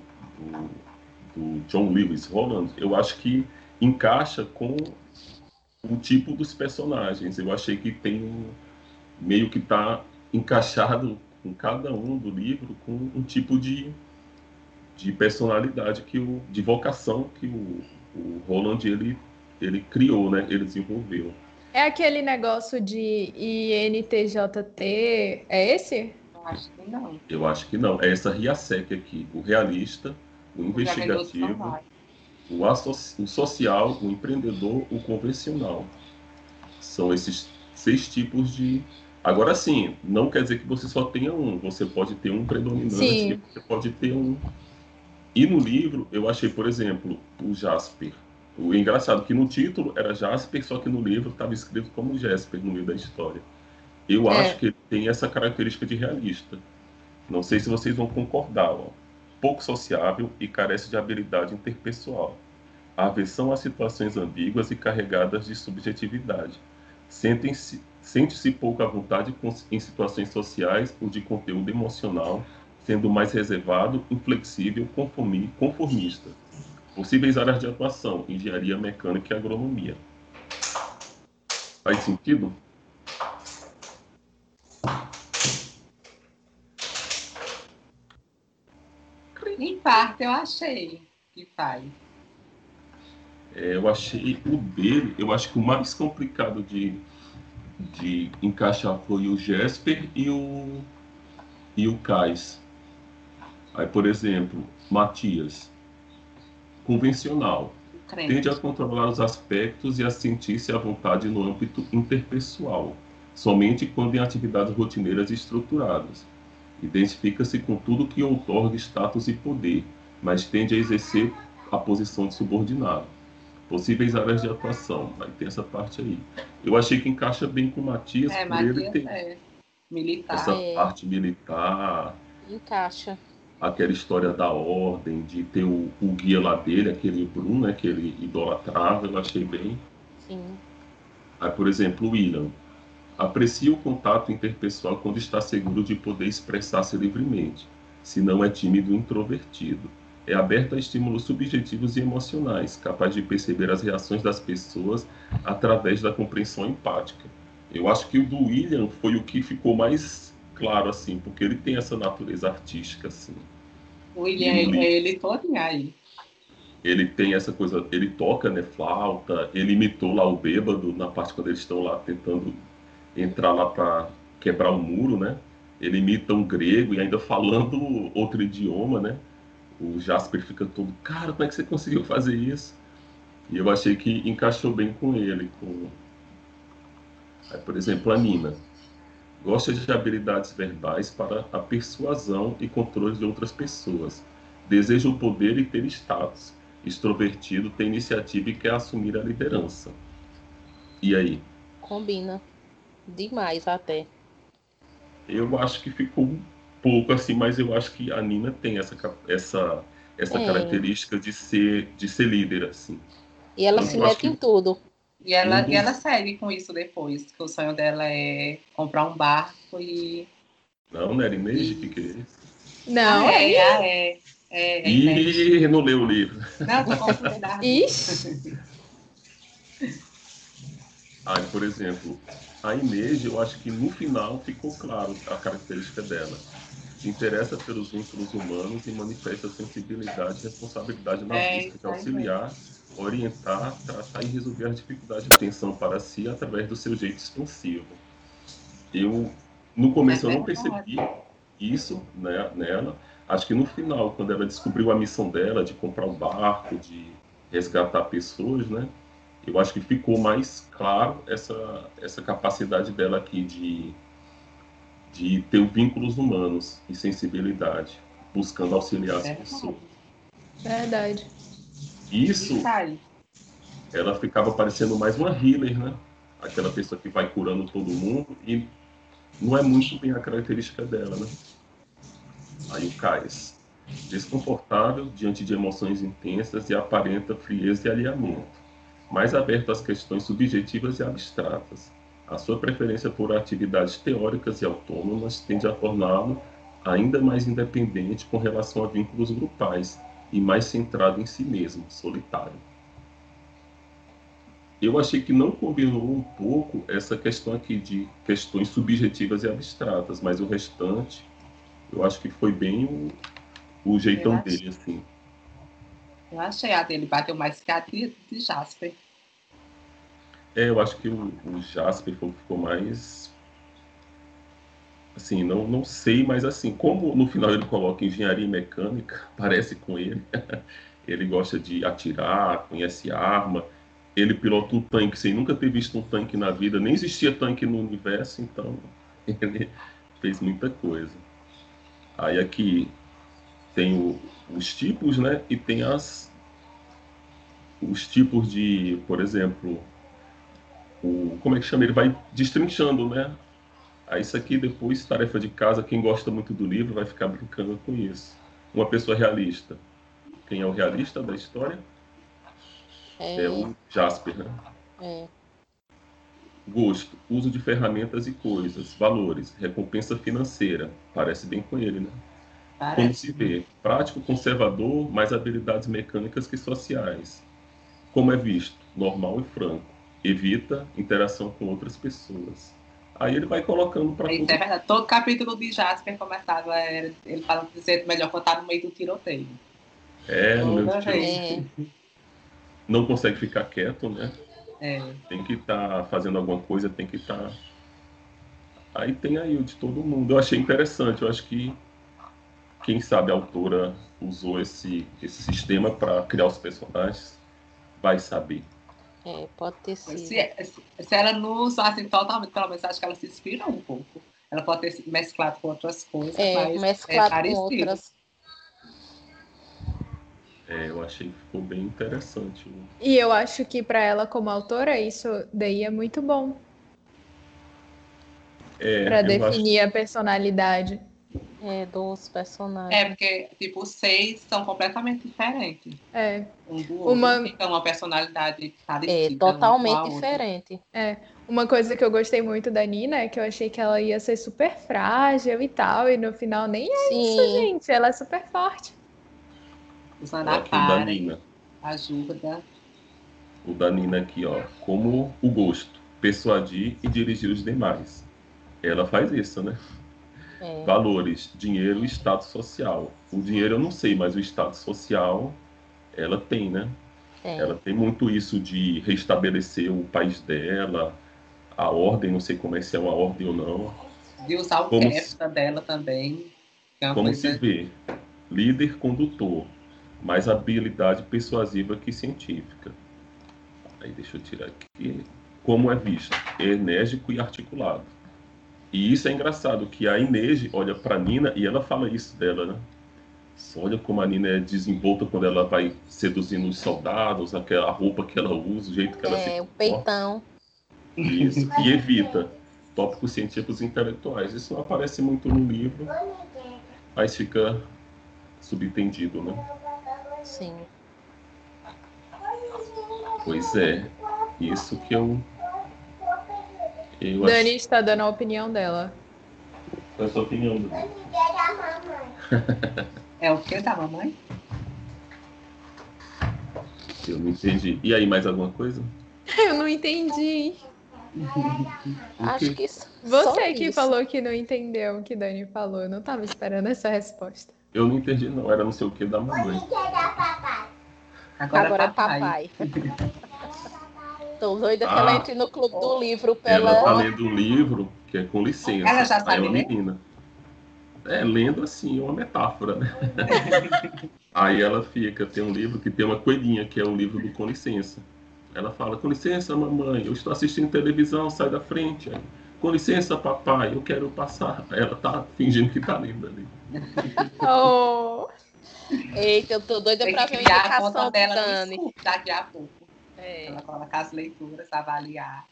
John Lewis Holland, eu acho que encaixa com o tipo dos personagens. Eu achei que tem meio que está encaixado com cada um do livro com um tipo de personalidade, de vocação que o Holland ele criou, né? Ele desenvolveu. É aquele negócio de INTJT, é esse? Eu acho que não. Eu acho que não. É essa RIASEC aqui, o realista, o investigativo, o social, o empreendedor, o convencional. São esses 6 tipos de... Agora sim, não quer dizer que você só tenha um. Você pode ter um predominante, Sim. você pode ter um... E no livro, eu achei, por exemplo, o Jasper. O engraçado que no título era Jasper, só que no livro estava escrito como Jasper, no meio da história. Eu acho que ele tem essa característica de realista. Não sei se vocês vão concordar. Ó. Pouco sociável e carece de habilidade interpessoal. Aversão a situações ambíguas e carregadas de subjetividade. Sente-se pouco à vontade em situações sociais ou de conteúdo emocional, sendo mais reservado, inflexível, conformista. Possíveis áreas de atuação: engenharia mecânica e agronomia. Faz sentido? Em parte, eu achei que faz. Eu achei o dele, eu acho que o mais complicado de encaixar foi o Jesper e o Kais. Aí, por exemplo, Matias, convencional, tende a controlar os aspectos e a sentir-se à vontade no âmbito interpessoal, somente quando em atividades rotineiras e estruturadas. Identifica-se com tudo que outorga status e poder, mas tende a exercer a posição de subordinado. Possíveis áreas de atuação, aí tem essa parte aí. Eu achei que encaixa bem com o Matias, por Matias ele ter militar. Essa parte militar. Encaixa. Aquela história da ordem, de ter o guia lá dele, aquele Bruno, né, que ele idolatrava, eu achei bem. Sim. Aí, por exemplo, o William. Aprecia o contato interpessoal quando está seguro de poder expressar-se livremente, se não é tímido e introvertido. É aberto a estímulos subjetivos e emocionais, capaz de perceber as reações das pessoas através da compreensão empática. Eu acho que o do William foi o que ficou mais claro, assim, porque ele tem essa natureza artística, assim. O William, ele todinho aí. Ele tem essa coisa, ele toca, né, flauta, ele imitou lá o bêbado na parte quando eles estão lá tentando entrar lá para quebrar o muro, né? Ele imita um grego e ainda falando outro idioma, né? O Jasper fica todo, cara, como é que você conseguiu fazer isso? E eu achei que encaixou bem com ele. Aí, por exemplo, a Nina. Gosta de habilidades verbais para a persuasão e controle de outras pessoas. Deseja o poder e ter status. Extrovertido, tem iniciativa e quer assumir a liderança. E aí? Combina. Demais até. Eu acho que ficou um pouco assim, mas eu acho que a Nina tem essa característica de ser líder, assim. E ela se mete em tudo. E ela segue com isso depois, que o sonho dela é comprar um barco e... Não era Inês? Que é isso? Não, é Ih, não leu o livro. Não, tô confundindo. Ixi. Aí, por exemplo, a Inês, eu acho que no final ficou claro a característica dela. Se interessa pelos vínculos humanos e manifesta sensibilidade e responsabilidade na busca de auxiliar, orientar, tratar e resolver as dificuldades de atenção para si através do seu jeito expansivo. Eu, no começo, eu não percebi isso, né, nela. Acho que no final, quando ela descobriu a missão dela de comprar o barco, de resgatar pessoas, né, eu acho que ficou mais claro essa capacidade dela aqui de ter vínculos humanos e sensibilidade, buscando auxiliar as pessoas. Verdade. Isso, ela ficava parecendo mais uma healer, né? Aquela pessoa que vai curando todo mundo e não é muito bem a característica dela, né? Aí o Cais, desconfortável diante de emoções intensas e aparenta frieza e alinhamento, mais aberto às questões subjetivas e abstratas. A sua preferência por atividades teóricas e autônomas tende a torná-lo ainda mais independente com relação a vínculos grupais e mais centrado em si mesmo, solitário. Eu achei que não combinou um pouco essa questão aqui de questões subjetivas e abstratas, mas o restante, eu acho que foi bem o jeitão dele, assim. Eu achei a dele bateu mais que a de Jasper. Eu acho que o Jasper ficou mais... Assim, não sei, mas assim, como no final ele coloca engenharia mecânica, parece com ele. Ele gosta de atirar, conhece arma. Ele pilota um tanque sem nunca ter visto um tanque na vida. Nem existia tanque no universo, então ele fez muita coisa. Aí aqui tem os tipos, né? E tem os tipos de, por exemplo, como é que chama? Ele vai destrinchando, né? Aí isso aqui depois, tarefa de casa, quem gosta muito do livro vai ficar brincando com isso. Uma pessoa realista. Quem é o realista da história? É o Jasper, né? Gosto, uso de ferramentas e coisas, valores, recompensa financeira. Parece bem com ele, né? Como se vê? Prático, conservador, mais habilidades mecânicas que sociais. Como é visto? Normal e franco. Evita interação com outras pessoas. Aí ele vai colocando para tudo. É verdade. Todo capítulo de Jasper começava, ele falando que melhor contar no meio do tiroteio. No meio do tiroteio. Não consegue ficar quieto, né? Tem que estar fazendo alguma coisa, tem que estar... Aí tem aí o de todo mundo. Eu achei interessante, eu acho que quem sabe a autora usou esse sistema para criar os personagens, vai saber. Pode ter sido. Se ela não usasse totalmente, pelo menos acho que ela se inspirou um pouco. Ela pode ter mesclado com outras coisas, mas mesclado com outras. Eu achei que ficou bem interessante. E eu acho que para ela como autora isso daí é muito bom. Para definir a personalidade. Dos personagens. Porque, tipo, os 6 são completamente diferentes. Um do outro. Fica uma personalidade parecida. Totalmente diferente. Uma coisa que eu gostei muito da Nina é que eu achei que ela ia ser super frágil e tal, e no final nem isso, gente. Ela é super forte. Usando a Karen, ajuda. O da Nina aqui, ó. Como o gosto, persuadir e dirigir os demais. Ela faz isso, né? Valores, dinheiro e status social. O dinheiro eu não sei, mas o status social ela tem, né? Ela tem muito isso de restabelecer o país dela, a ordem, não sei como é se é uma ordem ou não. De usar o Kefta dela também. Como se vê, líder condutor, mais habilidade persuasiva que científica. Aí deixa eu tirar aqui. Como é visto, é enérgico e articulado. E isso é engraçado, que a Inês olha para Nina e ela fala isso dela, né? Olha como a Nina é desenvolta quando ela vai seduzindo os soldados, aquela roupa que ela usa, o jeito que ela se comporta. O peitão. Isso, e evita tópicos científicos e intelectuais. Isso não aparece muito no livro, mas fica subentendido, né? Sim. Pois é, isso que eu Dani acho. está dando a opinião dela. Qual é a sua opinião, Dani? É o que da mamãe? Eu não entendi. E aí, mais alguma coisa? Eu não entendi. Acho que Você que isso. falou que não entendeu o que Dani falou. Eu não estava esperando essa resposta. Eu não entendi, não. Era não sei o que da mamãe. Agora é papai. Tô doida que ela entre no clube do livro Ela tá pela. lendo um livro que é Com Licença. Ela já Aí sabe uma ler? menina. Lendo assim, uma metáfora, né? Aí ela fica, tem um livro que tem uma coelhinha, que é o livro do Com Licença. Ela fala, com licença, mamãe, eu estou assistindo televisão, sai da frente. Aí, com licença, papai, eu quero passar. Aí ela tá fingindo que tá lendo ali. Oh. Eita, eu tô doida Tem pra que ver a criar a indicação conta do dela no Dani. Scoop daqui a pouco. É. Ela coloca as leituras, avaliar.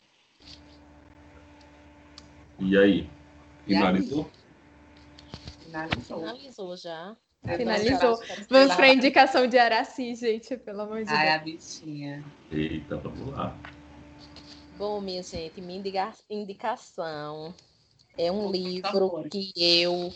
E aí? E aí? Finalizou? Finalizou já. Finalizou. Vamos para a indicação de Araci, gente, pelo amor de Deus. Ai, a bichinha. Eita, vamos lá. Bom, minha gente, minha indicação é um livro que eu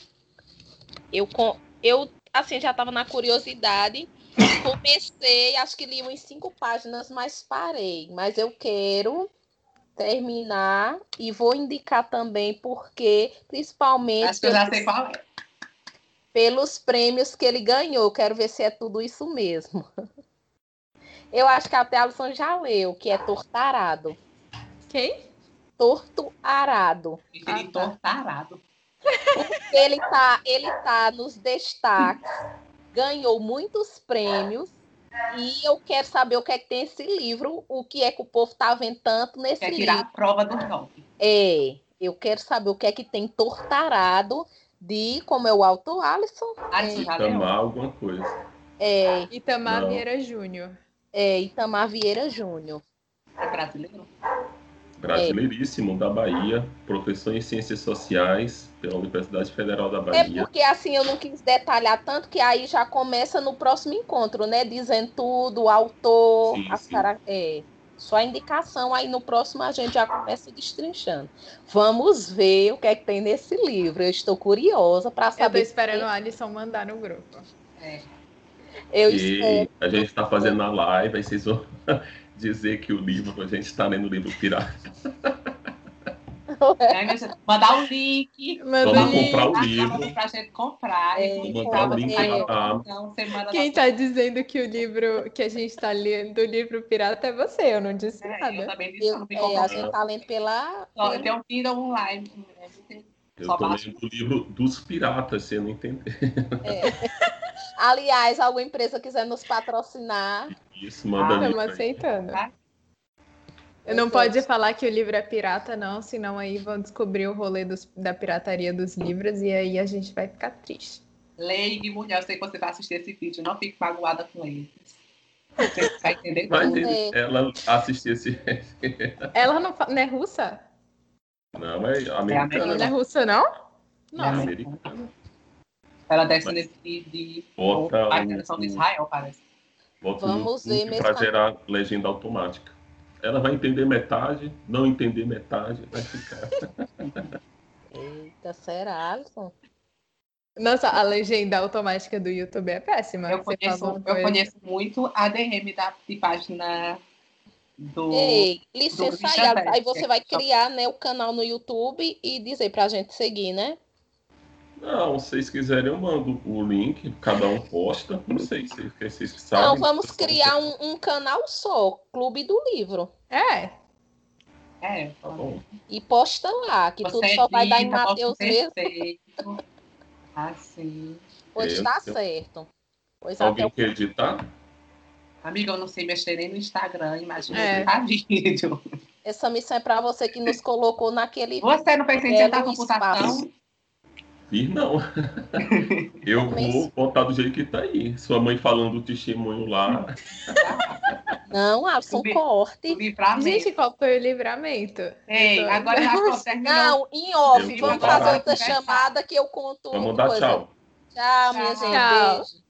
assim, já estava na curiosidade. Comecei, acho que li umas 5 páginas, mas parei. Mas eu quero terminar e vou indicar também porque, principalmente, acho que eu já sei qual é. Pelos prêmios que ele ganhou. Quero ver se é tudo isso mesmo. Eu acho que até a Alisson já leu, que é Tortarado. Quem? Torto Arado. Tortarado. Porque ele tá nos destaques, ganhou muitos prêmios. E eu quero saber o que é que tem esse livro, o que é que o povo tá vendo tanto nesse livro. Quer tirar a prova do nome. Eu quero saber o que é que tem Tortarado de, como é o autor, Alisson? Itamar alguma coisa. Itamar Vieira Júnior. Itamar Vieira Júnior. É brasileiro? Brasileiríssimo, da Bahia, professor em Ciências Sociais pela Universidade Federal da Bahia. É porque assim eu não quis detalhar tanto que aí já começa no próximo encontro, né? Dizendo tudo, o autor, só a indicação, aí no próximo a gente já começa destrinchando. Vamos ver o que é que tem nesse livro. Eu estou curiosa para saber. Eu tô esperando o Alisson mandar no grupo. A gente está fazendo a live, aí vocês vão dizer que o livro, a gente está lendo o livro pirata. Mandar o link. Vamos comprar o livro. Pra gente comprar. Mandar o link para Quem tá dizendo que o livro que a gente tá lendo, o livro pirata, é você. Eu não disse nada. Eu também disse, a gente tá lendo pela... Tem um Kindle online. Eu tô lendo o livro dos piratas, você não entender. Aliás, alguma empresa quiser nos patrocinar. Isso, manda Estamos aceitando. Eu não pode falar que o livro é pirata, não, senão aí vão descobrir o rolê da pirataria dos livros e aí a gente vai ficar triste. Leia, mulher, eu sei que você vai assistir esse vídeo, não fique magoada com eles. Você vai entender Mas tudo. ela assistiu esse... Ela não é russa? Não, é americana. Ela não é russa, não? Não, é americana. Ela desce nesse de são de Israel, parece. Bota Vamos ver mesmo para gerar legenda automática. Ela vai entender metade, não entender metade, vai ficar. Eita, será, Alisson? Nossa, a legenda automática do YouTube é péssima. Eu conheço muito a ADM de página do... licença aí você vai criar, né, o canal no YouTube e dizer pra gente seguir, né? Não, se vocês quiserem eu mando o link, cada um posta, não sei se vocês sabem. Não, vamos criar um canal só, Clube do Livro. Tá bom. E posta lá, que tudo só vai dar em Mateus mesmo. Assim. Pois tá certo. Pois alguém quer editar? Amiga, eu não sei mexer nem no Instagram, imagina editar vídeo. Essa missão é pra você que nos colocou naquele... Você não pensa em tentar a computação? Fiz não. Eu vou botar do jeito que tá aí. Sua mãe falando o testemunho lá. Não, Alisson, corte. Gente, qual foi o livramento? Agora já terminou. Não, em off. Vamos fazer outra chamada que eu conto. Vamos dar tchau. Tchau, minha gente. Tchau. Beijo.